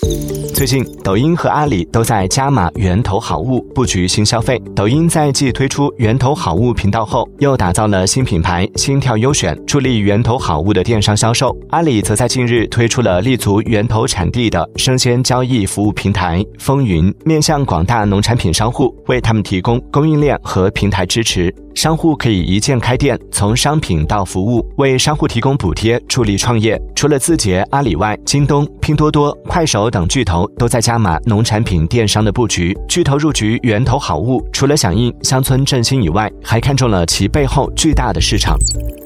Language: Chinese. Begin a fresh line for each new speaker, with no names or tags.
最近，抖音和阿里都在加码源头好物，布局新消费。抖音在继推出源头好物频道后，又打造了新品牌心跳优选，助力源头好物的电商销售。阿里则在近日推出了立足源头产地的生鲜交易服务平台风云，面向广大农产品商户，为他们提供供应链和平台支持。商户可以一键开店，从商品到服务，为商户提供补贴，助力创业。除了字节、阿里外，京东、拼多多、快手等巨头都在加码农产品电商的布局。巨头入局源头好物，除了响应乡村振兴以外，还看中了其背后巨大的市场。